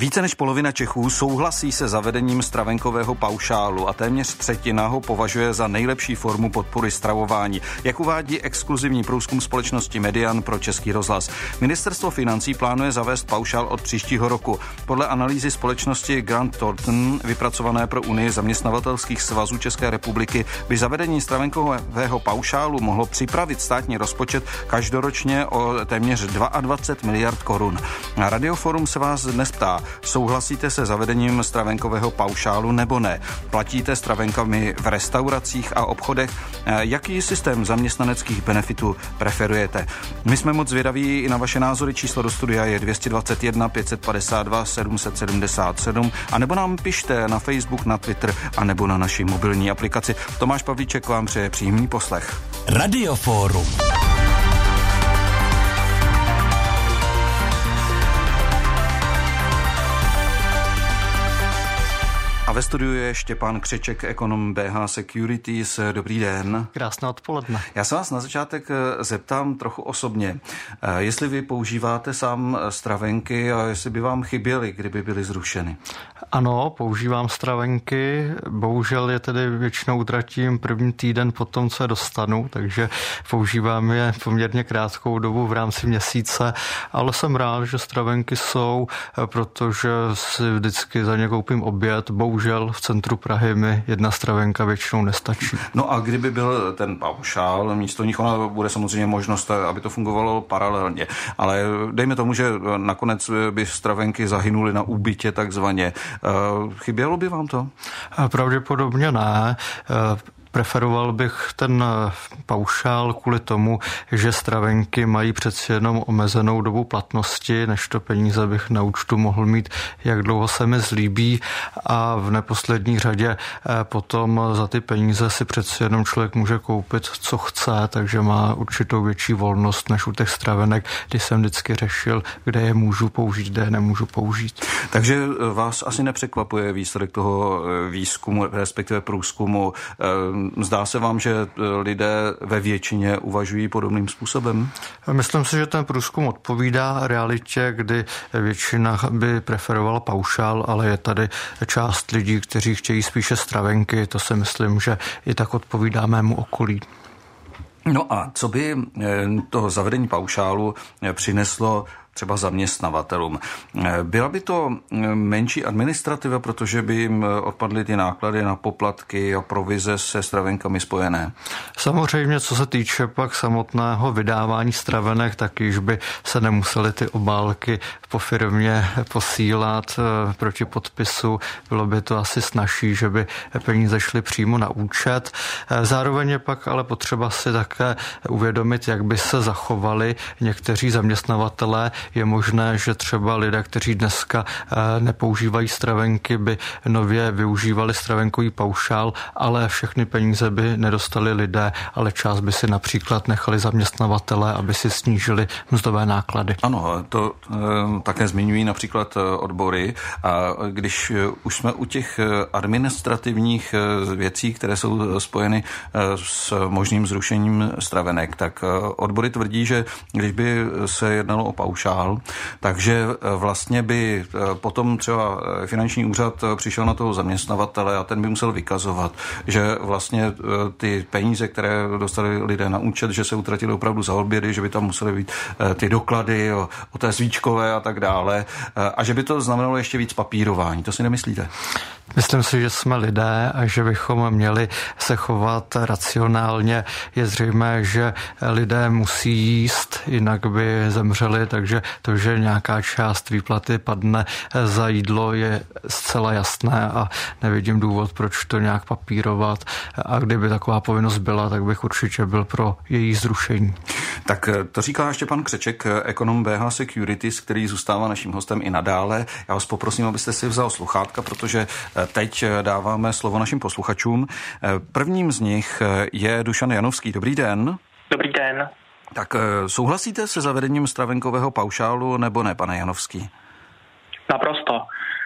Více než polovina Čechů souhlasí se zavedením stravenkového paušálu a téměř třetina ho považuje za nejlepší formu podpory stravování, jak uvádí exkluzivní průzkum společnosti Median pro Český rozhlas. Ministerstvo financí plánuje zavést paušál od příštího roku. Podle analýzy společnosti Grant Thornton, vypracované pro Unii zaměstnavatelských svazů České republiky, by zavedení stravenkového paušálu mohlo připravit státní rozpočet každoročně o téměř 22 miliard korun. Radioforum se vás dnes ptá, souhlasíte se zavedením stravenkového paušálu nebo ne? Platíte stravenkami v restauracích a obchodech? Jaký systém zaměstnaneckých benefitů preferujete? My jsme moc zvědaví i na vaše názory. Číslo do studia je 221 552 777 a nebo nám pište na Facebook, na Twitter a nebo na naší mobilní aplikaci. Tomáš Pavlíček vám přeje příjemný poslech. Radioforum. A ve studiu je Štěpán Křeček, ekonom BH Securities. Dobrý den. Krásné odpoledne. Já se vás na začátek zeptám trochu osobně. Jestli vy používáte sám stravenky a jestli by vám chyběly, kdyby byly zrušeny? Ano, používám stravenky. Bohužel je tedy většinou utratím první týden po tom, co je dostanu, takže používám je poměrně krátkou dobu v rámci měsíce, ale jsem rád, že stravenky jsou, protože si vždycky za ně koupím oběd. Bohužel v centru Prahy mi jedna stravenka většinou nestačí. No a kdyby byl ten paušál, místo nich ona bude samozřejmě možnost, aby to fungovalo paralelně. Ale dejme tomu, že nakonec by stravenky zahynuly na úbytě takzvaně. Chybělo by vám to? Pravděpodobně ne. Preferoval bych ten paušál kvůli tomu, že stravenky mají přeci jenom omezenou dobu platnosti, než to peníze bych na účtu mohl mít, jak dlouho se mi zlíbí, a v neposlední řadě potom za ty peníze si přeci jenom člověk může koupit, co chce, takže má určitou větší volnost než u těch stravenek, kdy jsem vždycky řešil, kde je můžu použít, kde je nemůžu použít. Takže vás asi nepřekvapuje výsledek toho výzkumu, respektive průzkumu. Zdá se vám, že lidé ve většině uvažují podobným způsobem? Myslím si, že ten průzkum odpovídá realitě, kdy většina by preferovala paušál, ale je tady část lidí, kteří chtějí spíše stravenky. To si myslím, že i tak odpovídá mému okolí. No a co by to zavedení paušálu přineslo třeba zaměstnavatelům? Byla by to menší administrativa, protože by jim odpadly ty náklady na poplatky a provize se stravenkami spojené? Samozřejmě, co se týče pak samotného vydávání stravenek, tak již by se nemusely ty obálky po firmě posílat proti podpisu. Bylo by to asi snazší, že by peníze šly přímo na účet. Zároveň je pak ale potřeba si také uvědomit, jak by se zachovali někteří zaměstnavatelé. Je možné, že třeba lidé, kteří dneska nepoužívají stravenky, by nově využívali stravenkový paušál, ale všechny peníze by nedostali lidé, ale část by si například nechali zaměstnavatele, aby si snížili mzdové náklady. Ano, to také zmiňují například odbory. A když už jsme u těch administrativních věcí, které jsou spojeny s možným zrušením stravenek, tak odbory tvrdí, že když by se jednalo o paušál, takže vlastně by potom třeba finanční úřad přišel na toho zaměstnavatele a ten by musel vykazovat, že vlastně ty peníze, které dostali lidé na účet, že se utratily opravdu za obědy, že by tam musely být ty doklady o té svíčkové a tak dále, a že by to znamenalo ještě víc papírování. To si nemyslíte? Myslím si, že jsme lidé a že bychom měli se chovat racionálně. Je zřejmé, že lidé musí jíst, jinak by zemřeli, takže to, že nějaká část výplaty padne za jídlo, je zcela jasné a nevidím důvod, proč to nějak papírovat. A kdyby taková povinnost byla, tak bych určitě byl pro její zrušení. Tak to říká Štěpán Křeček, ekonom BH Securities, který zůstává naším hostem i nadále. Já vás poprosím, abyste si vzal sluchátka, protože teď dáváme slovo našim posluchačům. Prvním z nich je Dušan Janovský. Dobrý den. Dobrý den. Tak souhlasíte se zavedením stravenkového paušálu nebo ne, pane Janovský? Naprosto.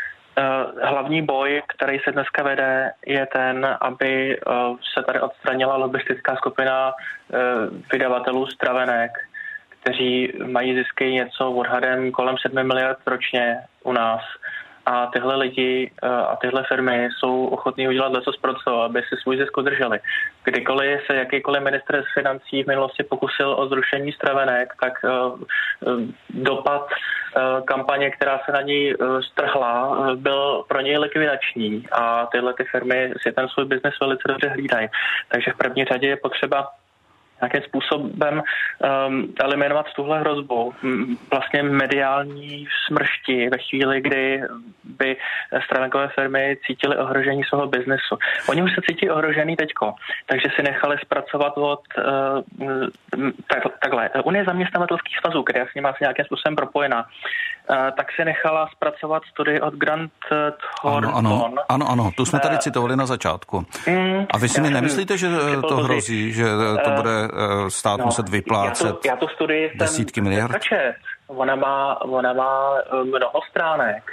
Hlavní boj, který se dneska vede, je ten, aby se tady odstranila lobbystická skupina vydavatelů stravenek, kteří mají zisky něco odhadem kolem 7 miliard ročně u nás. a tyhle lidi a tyhle firmy jsou ochotní udělat lecos pro to, aby si svůj zisk udrželi. Kdykoliv se jakýkoliv ministr z financí v minulosti pokusil o zrušení stravenek, tak dopad kampaně, která se na ní strhla, byl pro něj likvidační a tyhle ty firmy si ten svůj biznes velice dobře hlídají. Takže v první řadě je potřeba nějakým způsobem eliminovat tuhle hrozbu. Vlastně mediální smršti ve chvíli, kdy by stravenkové firmy cítily ohrožení svého biznesu. Oni už se cítí ohrožený teďko, takže si nechali zpracovat od takhle. Unie zaměstnavatelských svazů, která s nimi nějakým způsobem propojená, tak si nechala zpracovat studii od Grant Thornton. Ano, tu jsme tady citovali na začátku. A vy si mi nemyslíte, že to hrozí, že to bude stát muset vyplácet já tu studii desítky miliard? Ona má mnoho stránek,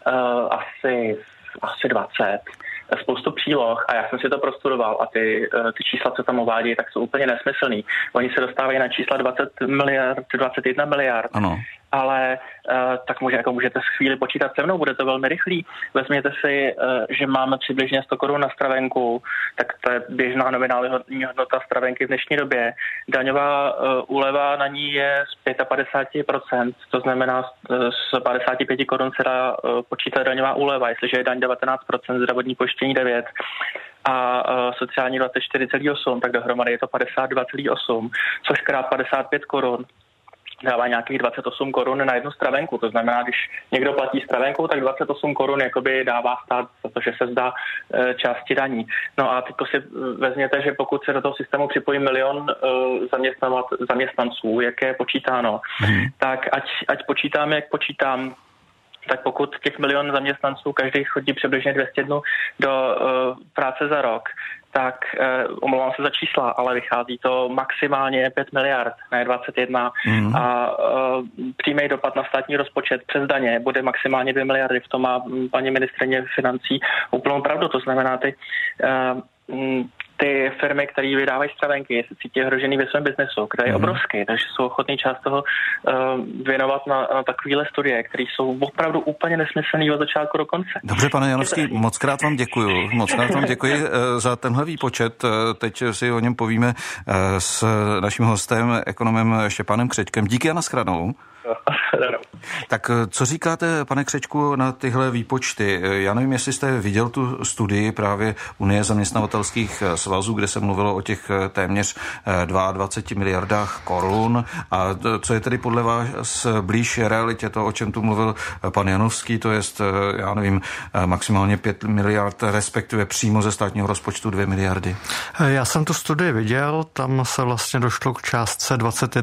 asi 20, spoustu příloh a já jsem si to prostudoval a ty čísla, co tam uvádí, tak jsou úplně nesmyslný. Oni se dostávají na čísla 20 miliard, 21 miliard. Ano. Ale tak můžete chvíli počítat se mnou, bude to velmi rychlý. Vezměte si, že máme přibližně 100 korun na stravenku, tak to je běžná nominální hodnota stravenky v dnešní době. Daňová úleva na ní je z 55%, to znamená z 55 korun se dá počítat daňová úleva, jestliže je daň 19%, zdravotní pojištění 9% a sociální 24,8, tak dohromady je to 52,8, což krát 55 korun dává nějakých 28 korun na jednu stravenku. To znamená, když někdo platí stravenku, tak 28 korun jakoby dává stát, protože se zdá části daní. No a teď si vezměte, že pokud se do toho systému připojí 1 milion zaměstnanců, jak je počítáno, tak ať počítáme, jak počítám, tak pokud těch 1 milion zaměstnanců každý chodí přibližně 200 dnů do práce za rok, tak omlouvám se za čísla, ale vychází to maximálně 5 miliard, ne 21. A přímý dopad na státní rozpočet přes daně bude maximálně 2 miliardy. V tom má paní ministryně financí úplnou pravdu. To znamená, ty firmy, které vydávají stravenky, se cítí ohrožený ve svém biznesu, který je obrovský, takže jsou ochotní část toho věnovat na takovéhle studie, které jsou opravdu úplně nesmyslný od začátku do konce. Dobře, pane Janovský, moc krát vám děkuji za tenhle výpočet. Teď si o něm povíme s naším hostem, ekonomem Štěpánem Křečkem. Díky a nashledanou. Tak co říkáte, pane Křečku, na tyhle výpočty? Já nevím, jestli jste viděl tu studii právě Unie zaměstnavatelských svazů, kde se mluvilo o těch téměř 22 miliardách korun. A co je tedy podle vás blíž realitě, to, o čem tu mluvil pan Janovský, to jest, já nevím, maximálně 5 miliard, respektive přímo ze státního rozpočtu 2 miliardy? Já jsem tu studii viděl, tam se vlastně došlo k částce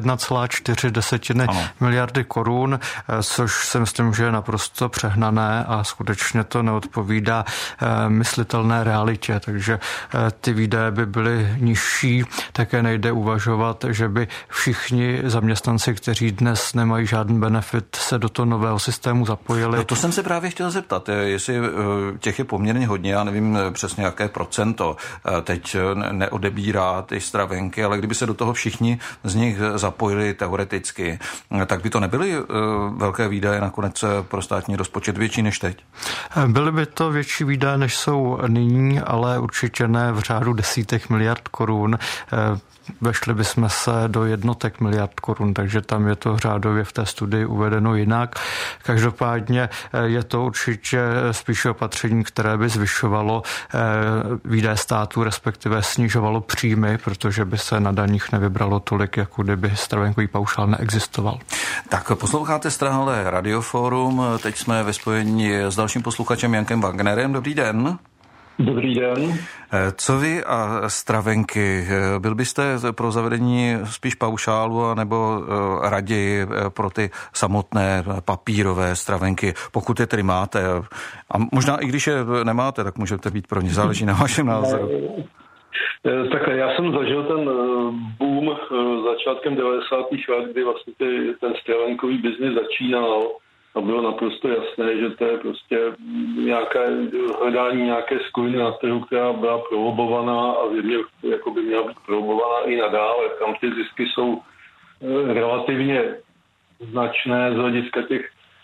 21,4 miliardy korun, což si myslím, že je naprosto přehnané a skutečně to neodpovídá myslitelné realitě, takže ty výdaje by byly nižší, také nejde uvažovat, že by všichni zaměstnanci, kteří dnes nemají žádný benefit, se do toho nového systému zapojili. No to jsem se právě chtěl zeptat, jestli těch je poměrně hodně, já nevím přesně jaké procento teď neodebírá ty stravenky, ale kdyby se do toho všichni z nich zapojili teoreticky, tak by to nebyly velké výdaje nakonec pro státní rozpočet, větší než teď? Byly by to větší výdaje, než jsou nyní, ale určitě ne v řádu desítek miliard korun. Vešli bychom se do jednotek miliard korun, takže tam je to řádově v té studii uvedeno jinak. Každopádně je to určitě spíše opatření, které by zvyšovalo výdaje státu, respektive snižovalo příjmy, protože by se na daních nevybralo tolik, jako kdyby stravenkový paušál neexistoval. Tak posloucháte stále Radioforum, teď jsme ve spojení s dalším posluchačem Jankem Wagnerem. Dobrý den. Dobrý den. Co vy a stravenky? Byl byste pro zavedení spíš paušálu nebo raději pro ty samotné papírové stravenky, pokud je tedy máte? A možná i když je nemáte, tak můžete být pro ně, záleží na vašem názoru. Takhle, já jsem zažil ten boom začátkem 90. let, kdy vlastně ten stravenkový biznis začínal. A bylo naprosto jasné, že to je prostě hledání nějaké skupiny na trhu, která byla prolobovaná a jako by měla být prolobovaná i nadále. Tam ty zisky jsou relativně značné z hlediska těch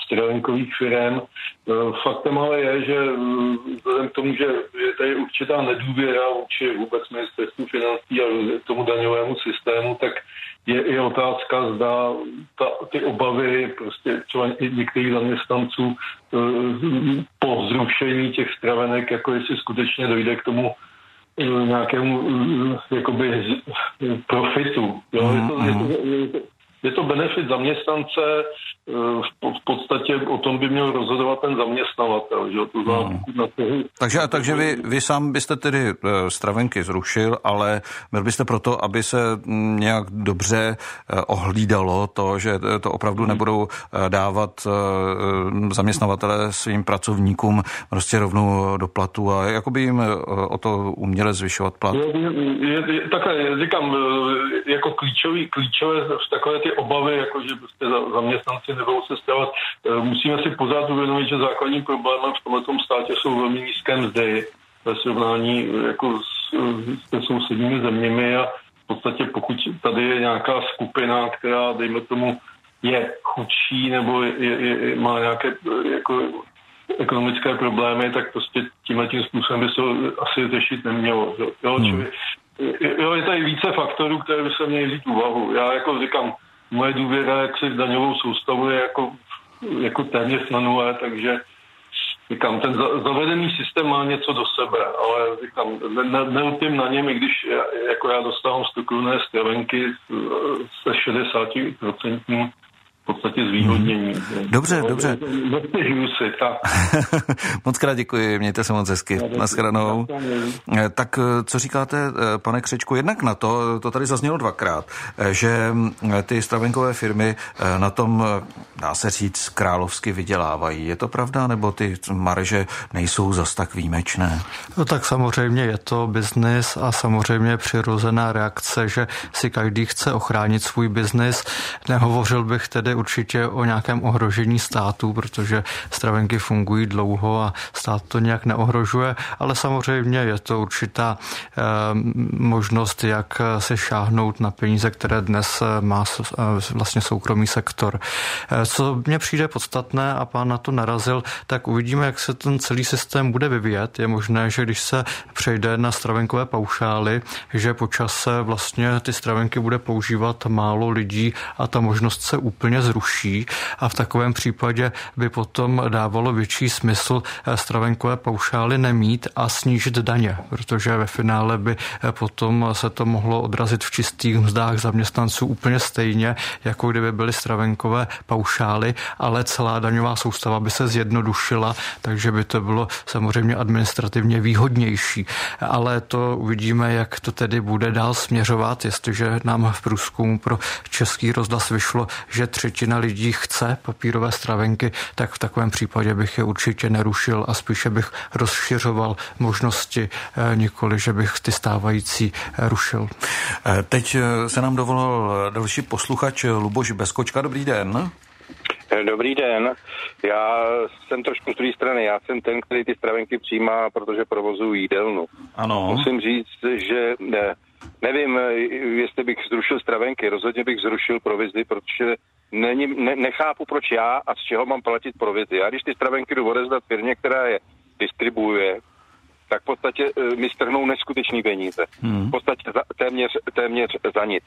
stravenkových firem. Faktem ale je, že vzhledem k tomu, že je tady určitá nedůvěra vůči vůbec ministerstvu financí a tomu daňovému systému, tak je i otázka, zda ty obavy prostě třeba i některých zaměstnanců po zrušení těch stravenek, jako jestli skutečně dojde k tomu nějakému jakoby profitu. Jo? Je to benefit zaměstnance, v podstatě o tom by měl rozhodovat ten zaměstnavatel. Že? Takže vy sám byste tedy stravenky zrušil, ale byl byste proto, aby se nějak dobře ohlídalo to, že to opravdu nebudou dávat zaměstnavatelé svým pracovníkům prostě rovnou do platu a jakoby jim o to uměle zvyšovat plat? Takhle říkám, jako klíčové takové ty obavy, jako že prostě zaměstnanci nebudou se stávat. Musíme si pořád uvědomit, že základním problémem v tomto státě jsou velmi nízké mzdy ve srovnání jako se sousedními zeměmi a v podstatě pokud tady je nějaká skupina, která dejme tomu je chudší nebo má nějaké jako ekonomické problémy, tak prostě tímhletím způsobem by se asi řešit nemělo. Je tady více faktorů, které by se měly vzít úvahu. Já jako říkám, moje důvěra jaksi v daňovou soustavu je jako téměř na nule, takže říkám, ten zavedený systém má něco do sebe, ale říkám, nelpím na něm, i když jako já dostávám 100 korunné stravenky se 60% v podstatě zvýhodnění. Dobře. Si, tak. Moc krát děkuji, mějte se moc hezky. Naschledanou. Tak co říkáte, pane Křečku, jednak na to tady zaznělo dvakrát, že ty stravenkové firmy na tom, dá se říct, královsky vydělávají. Je to pravda, nebo ty marže nejsou zas tak výjimečné? No tak samozřejmě je to biznis a samozřejmě přirozená reakce, že si každý chce ochránit svůj biznis. Nehovořil bych tedy určitě o nějakém ohrožení státu, protože stravenky fungují dlouho a stát to nějak neohrožuje, ale samozřejmě je to určitá možnost, jak se šáhnout na peníze, které dnes má vlastně soukromý sektor. Co mně přijde podstatné, a pán na to narazil, tak uvidíme, jak se ten celý systém bude vyvíjet. Je možné, že když se přejde na stravenkové paušály, že po čase vlastně ty stravenky bude používat málo lidí a ta možnost se úplně zruší a v takovém případě by potom dávalo větší smysl stravenkové paušály nemít a snížit daně, protože ve finále by potom se to mohlo odrazit v čistých mzdách zaměstnanců úplně stejně, jako kdyby byly stravenkové paušály, ale celá daňová soustava by se zjednodušila, takže by to bylo samozřejmě administrativně výhodnější. Ale to uvidíme, jak to tedy bude dál směřovat, jestliže nám v průzkumu pro Český rozhlas vyšlo, že 1/3 lidí chce papírové stravenky, tak v takovém případě bych je určitě nerušil a spíše bych rozšiřoval možnosti, nikoli, že bych ty stávající rušil. Teď se nám dovolal další posluchač Luboš Bezkočka. Dobrý den. Dobrý den. Já jsem trošku z druhé strany. Já jsem ten, který ty stravenky přijímá, protože provozuji jídelnu. Ano. Musím říct, že nevím, jestli bych zrušil stravenky. Rozhodně bych zrušil provizi, protože nechápu, proč já a z čeho mám platit provizi. Já když ty stravenky jdu odevzdat firmě, která je distribuuje, tak v podstatě mi strhnou neskutečný peníze. V podstatě téměř za nic.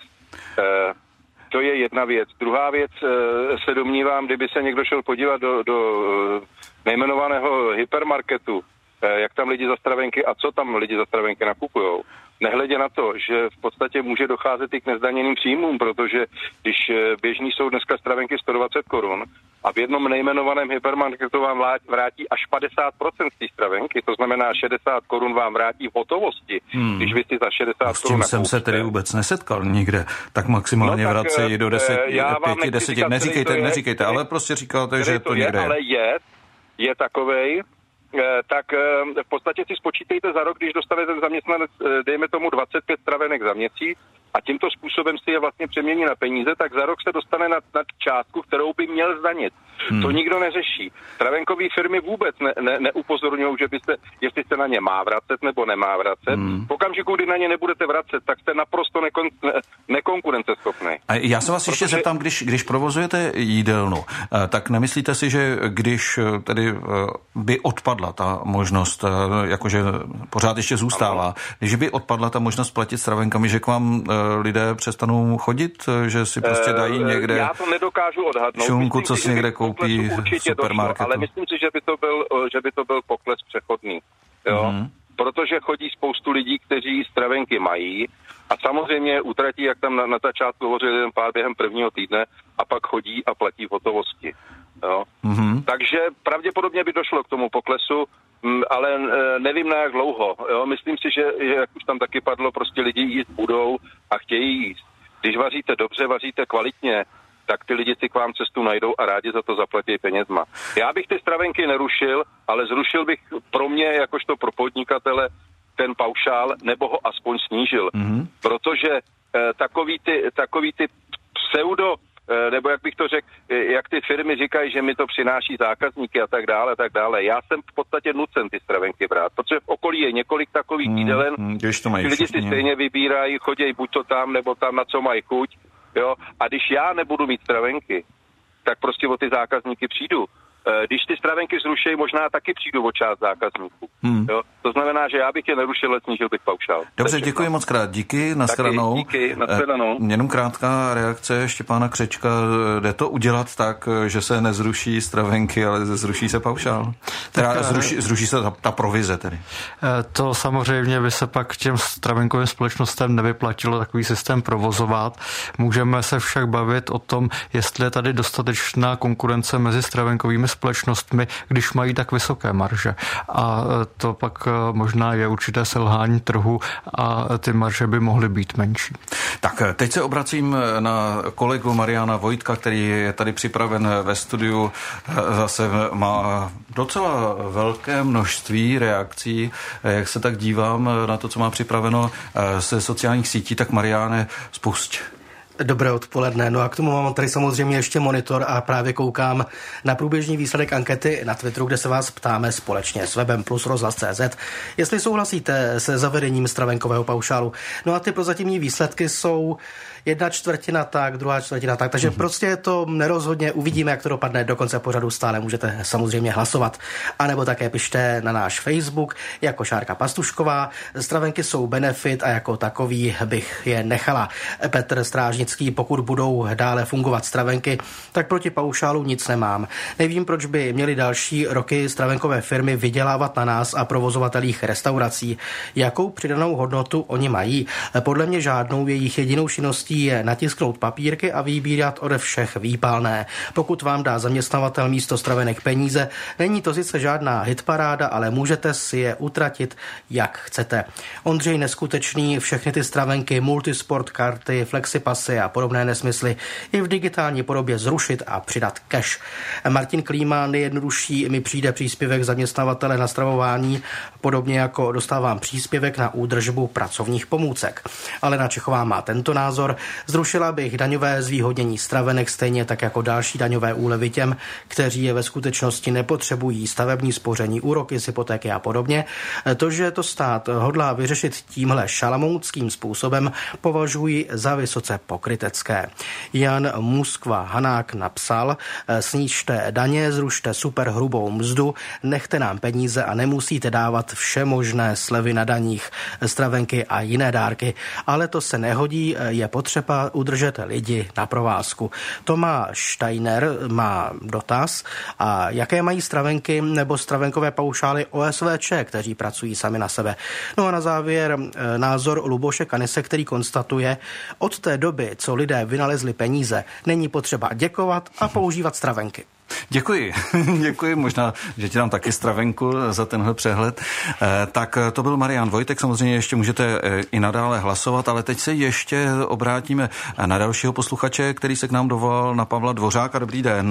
To je jedna věc. Druhá věc se domnívám, kdyby se někdo šel podívat do nejmenovaného hypermarketu, jak tam lidi za stravenky a co tam lidi za stravenky nakupujou. Nehledě na to, že v podstatě může docházet i k nezdaněným příjmům, protože když běžní jsou dneska stravenky 120 korun a v jednom nejmenovaném hypermarketu vám vrátí až 50% z té stravenky, to znamená 60 korun vám vrátí v hotovosti, když vy si za 60 korun s tím jsem se tedy vůbec nesetkal nikde, tak maximálně vracejí do 5-10, neříkejte, ale prostě říkáte, že to někde je. Ale je takovej, tak v podstatě si spočítejte za rok, když dostane ten zaměstnanec, dejme tomu 25 stravenek za měsíc, a tímto způsobem si je vlastně přemění na peníze, tak za rok se dostane na částku, kterou by měl zdanit. To nikdo neřeší. Stravenkové firmy vůbec neupozorňují, že jestli se na ně má vracet nebo nemá vracet. V okamžiku, kdy na ně nebudete vracet, tak jste naprosto nekonkurenceschopný. A já se vás ještě zeptám, když provozujete jídelnu, tak nemyslíte si, že když tedy by odpadla ta možnost, jakože pořád ještě zůstává, když by odpadla ta možnost platit stravenkami, že k vám lidé přestanou chodit, že si prostě dají někde... Já to nedokážu odhadnout. Šunku, co si někde koupí v supermarketu. Ale myslím si, že by to byl pokles přechodný. Jo? Protože chodí spoustu lidí, kteří stravenky mají a samozřejmě utratí, jak tam na začátku hovořil jeden pár během prvního týdne a pak chodí a platí v hotovosti. Jo? Takže pravděpodobně by došlo k tomu poklesu, ale nevím na jak dlouho. Jo? Myslím si, že jak už tam taky padlo, prostě lidi jíst budou a chtějí jíst. Když vaříte dobře, vaříte kvalitně, tak ty lidi si k vám cestu najdou a rádi za to zaplatí penězma. Já bych ty stravenky nerušil, ale zrušil bych pro mě, jakožto pro podnikatele, ten paušál, nebo ho aspoň snížil. Protože takový ty pseudo, nebo jak bych to řekl, jak ty firmy říkají, že mi to přináší zákazníky a tak dále. Já jsem v podstatě nucen ty stravenky brát, protože v okolí je několik takových jídelen, ty lidi si stejně vybírají, chodějí buď to tam, nebo tam, na co mají chuť. Jo? A když já nebudu mít stravenky, tak prostě o ty zákazníky přijdu. Když ty stravenky zrušejí, možná taky přijdu o část zákazníků. Jo? To znamená, že já bych je nerušil, ale snížil bych paušál. Dobře, děkuji moc krát. Díky, nashledanou. Díky, nashledanou. Jenom krátká reakce Štěpána Křečka. Jde to udělat tak, že se nezruší stravenky, ale zruší se paušál? Teda zruší se ta provize tedy. To samozřejmě by se pak těm stravenkovým společnostem nevyplatilo takový systém provozovat. Můžeme se však bavit o tom, jestli je tady dostatečná konkurence mezi stravenkovými společnostmi, když mají tak vysoké marže. A to pak možná je určité selhání trhu a ty marže by mohly být menší. Tak teď se obracím na kolegu Mariana Vojtka, který je tady připraven ve studiu. Zase má docela velké množství reakcí. Jak se tak dívám na to, co má připraveno ze sociálních sítí, tak Mariáne, spusť. Dobré odpoledne. No a k tomu mám tady samozřejmě ještě monitor a právě koukám na průběžný výsledek ankety na Twitteru, kde se vás ptáme společně s webem plus rozhlas.cz, jestli souhlasíte se zavedením stravenkového paušálu. No a ty prozatímní výsledky jsou 1/4 tak, 2/4 tak, takže prostě je to nerozhodně, uvidíme, jak to dopadne, do konce pořadu stále můžete samozřejmě hlasovat. A nebo také pište na náš Facebook jako Šárka Pastušková. Stravenky jsou benefit a jako takový bych je nechala. Petr Strážnický, pokud budou dále fungovat stravenky, tak proti paušálu nic nemám. Nevím, proč by měli další roky stravenkové firmy vydělávat na nás a provozovatelích restaurací. Jakou přidanou hodnotu oni mají? Podle mě žádnou. Jejich jedinou činností je natisknout papírky a vybírat ode všech výpalné. Pokud vám dá zaměstnavatel místo stravenek peníze, není to sice žádná hitparáda, ale můžete si je utratit, jak chcete. Ondřej Neskutečný, všechny ty stravenky, multisport karty, flexipasy a podobné nesmysly i v digitální podobě zrušit a přidat cash. Martin Klíma, nejjednodušší mi přijde příspěvek zaměstnavatele na stravování, podobně jako dostávám příspěvek na údržbu pracovních pomůcek. Alena Čechová má tento názor. Zrušila bych daňové zvýhodnění stravenek, stejně tak jako další daňové úlevy těm, kteří je ve skutečnosti nepotřebují, stavební spoření, úroky z hypotéky a podobně. To, že to stát hodlá vyřešit tímhle šalamounským způsobem, považuji za vysoce pokrytecké. Jan Muskva Hanák napsal: snížte daně, zrušte superhrubou mzdu, nechte nám peníze a nemusíte dávat všemožné slevy na daních, stravenky a jiné dárky, ale to se nehodí, je potřeba udržet lidi na provázku. Tomáš Steiner má dotaz, a jaké mají stravenky nebo stravenkové paušály OSVČ, kteří pracují sami na sebe. No a na závěr názor Luboše Kanise, který konstatuje: od té doby, co lidé vynalezli peníze, není potřeba děkovat a používat stravenky. Děkuji, děkuji, možná, že ti dám taky stravenku za tenhle přehled. Tak to byl Marián Vojtek, samozřejmě ještě můžete i nadále hlasovat, ale teď se ještě obrátíme na dalšího posluchače, který se k nám dovolal, na Pavla Dvořáka. Dobrý den.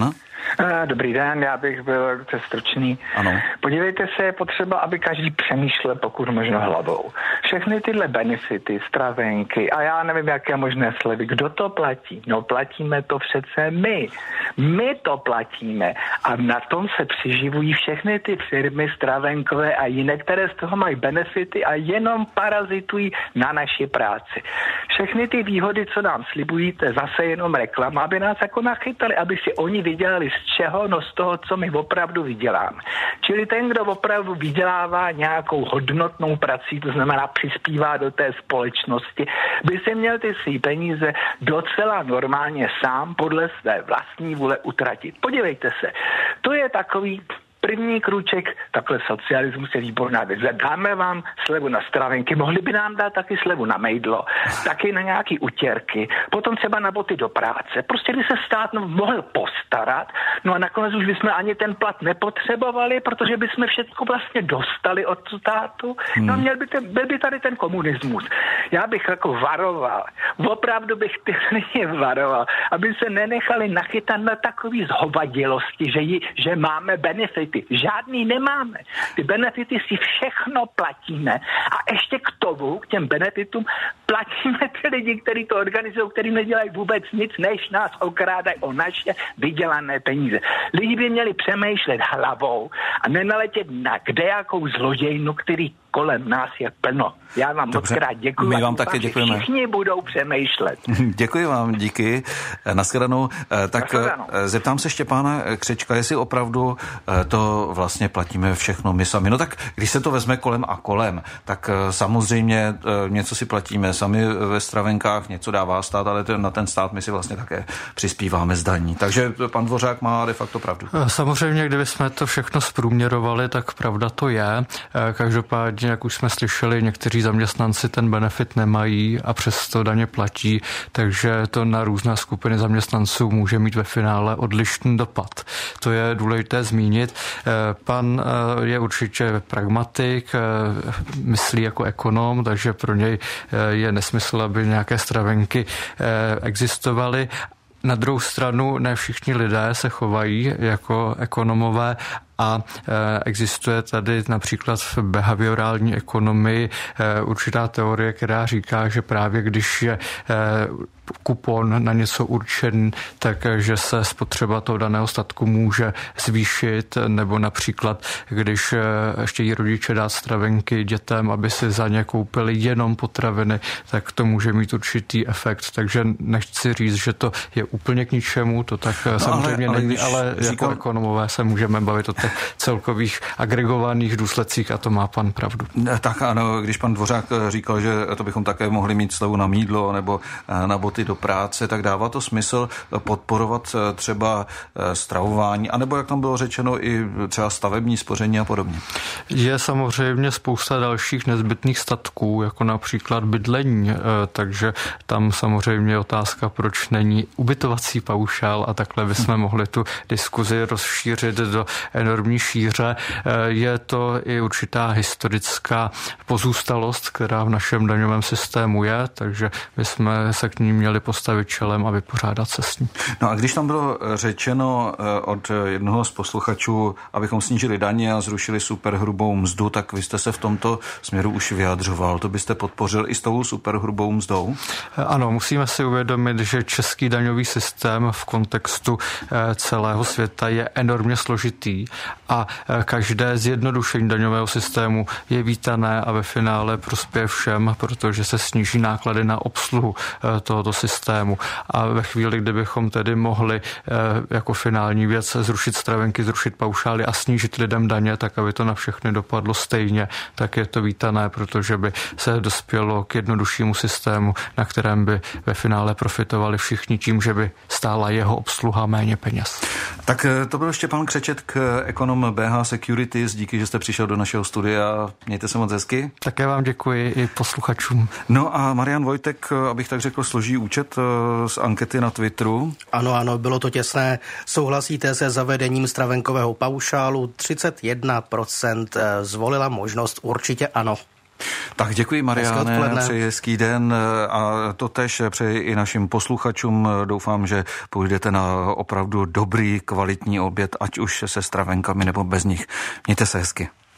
Dobrý den, já bych byl velice stručný. Ano. Podívejte se, je potřeba, aby každý přemýšlel pokud možno hlavou. Všechny tyhle benefity, stravenky a já nevím, jaké možné slevy, kdo to platí? No platíme to přece my. My to platíme a na tom se přiživují všechny ty firmy stravenkové a jiné, které z toho mají benefity a jenom parazitují na naší práci. Všechny ty výhody, co nám slibují, to je zase jenom reklama, aby nás jako nachytali, aby si oni vydělali z čeho? No z toho, co my opravdu vyděláme. Čili ten, kdo opravdu vydělává nějakou hodnotnou prací, to znamená přispívá do té společnosti, by se měl ty své peníze docela normálně sám podle své vlastní vůle utratit. Podívejte se, to je takový první krůček, takhle socialismus je výborná věc. Dáme vám slevu na stravenky, mohli by nám dát taky slevu na mejdlo, taky na nějaký utěrky, potom třeba na boty do práce. Prostě by se stát mohl postarat, no a nakonec už bychom ani ten plat nepotřebovali, protože bychom všechno vlastně dostali od státu. No byl by tady ten komunismus. Já bych jako varoval, opravdu bych ty lidi varoval, aby se nenechali nachytat na takový zhovadilosti, že máme benefity. Žádný nemáme. Ty benefity si všechno platíme a ještě k tomu, k těm benefitům, platíme ty lidi, kteří to organizují, kteří nedělají vůbec nic, než nás okrádají o naše vydělané peníze. Lidi by měli přemýšlet hlavou a nenaletět na kdejakou zlodějnu, který kolem nás je plno. Já vám moc krát děkuji. My vám také děkujeme. Všichni budou přemýšlet. Děkuji vám, díky. Nashledanou. Tak zeptám se Štěpána Křečka, jestli opravdu to vlastně platíme všechno my sami. No tak, když se to vezme kolem a kolem, tak samozřejmě něco si platíme sami ve stravenkách, něco dává stát, ale na ten stát my si vlastně také přispíváme z daní. Takže pan Dvořák má de facto pravdu. Samozřejmě, kdybychom to všechno zprůměrovali, tak pravda to je. Každopádně, jak už jsme slyšeli, někteří zaměstnanci ten benefit nemají a přesto daně platí, takže to na různé skupiny zaměstnanců může mít ve finále odlišný dopad. To je důležité zmínit. Pan je určitě pragmatik, myslí jako ekonom, takže pro něj je nesmysl, aby nějaké stravenky existovaly. Na druhou stranu ne všichni lidé se chovají jako ekonomové a existuje tady například v behaviorální ekonomii určitá teorie, která říká, že právě když je kupon na něco určen, takže se spotřeba toho daného statku může zvýšit, nebo například, když chtějí rodiče dát stravenky dětem, aby si za ně koupili jenom potraviny, tak to může mít určitý efekt. Takže nechci říct, že to je úplně k ničemu, to tak samozřejmě není, ale jako ekonomové se můžeme bavit o těch celkových agregovaných důsledcích a to má pan pravdu. Tak ano, když pan Dvořák říkal, že to bychom také mohli mít slevu na mýdlo nebo na boty do práce, tak dává to smysl podporovat třeba stravování, anebo jak tam bylo řečeno i třeba stavební spoření a podobně. Je samozřejmě spousta dalších nezbytných statků, jako například bydlení, takže tam samozřejmě je otázka, proč není ubytovací paušál a takhle bychom mohli tu diskuzi rozšířit do enormní šíře. Je to i určitá historická pozůstalost, která v našem daňovém systému je, takže bychom se k ní měli postavit čelem a vypořádat se s ní. No a když tam bylo řečeno od jednoho z posluchačů, abychom snížili daně a zrušili superhrubou mzdu, tak vy jste se v tomto směru už vyjadřoval. To byste podpořil i s tou superhrubou mzdou? Ano, musíme si uvědomit, že český daňový systém v kontextu celého světa je enormně složitý a každé zjednodušení daňového systému je vítané a ve finále prospěje všem, protože se sníží náklady na obsluhu tohoto systému. A ve chvíli, kdybychom tedy mohli jako finální věc zrušit stravenky, zrušit paušály a snížit lidem daně, tak aby to na všechny dopadlo stejně, tak je to vítané, protože by se dospělo k jednoduššímu systému, na kterém by ve finále profitovali všichni tím, že by stála jeho obsluha méně peněz. Tak to byl Štěpán Křeček, ekonom BH Securities. Díky, že jste přišel do našeho studia. Mějte se moc hezky. Také vám děkuji i posluchačům. No a Marian Vojtek, abych tak řekl, složí účet z ankety na Twitteru. Ano, bylo to těsné. Souhlasíte se zavedením stravenkového paušálu? 31% zvolila možnost určitě ano. Tak děkuji, Mariáne, přeji hezký den a to též přeji i našim posluchačům. Doufám, že půjdete na opravdu dobrý, kvalitní oběd, ať už se stravenkami nebo bez nich. Mějte se hezky.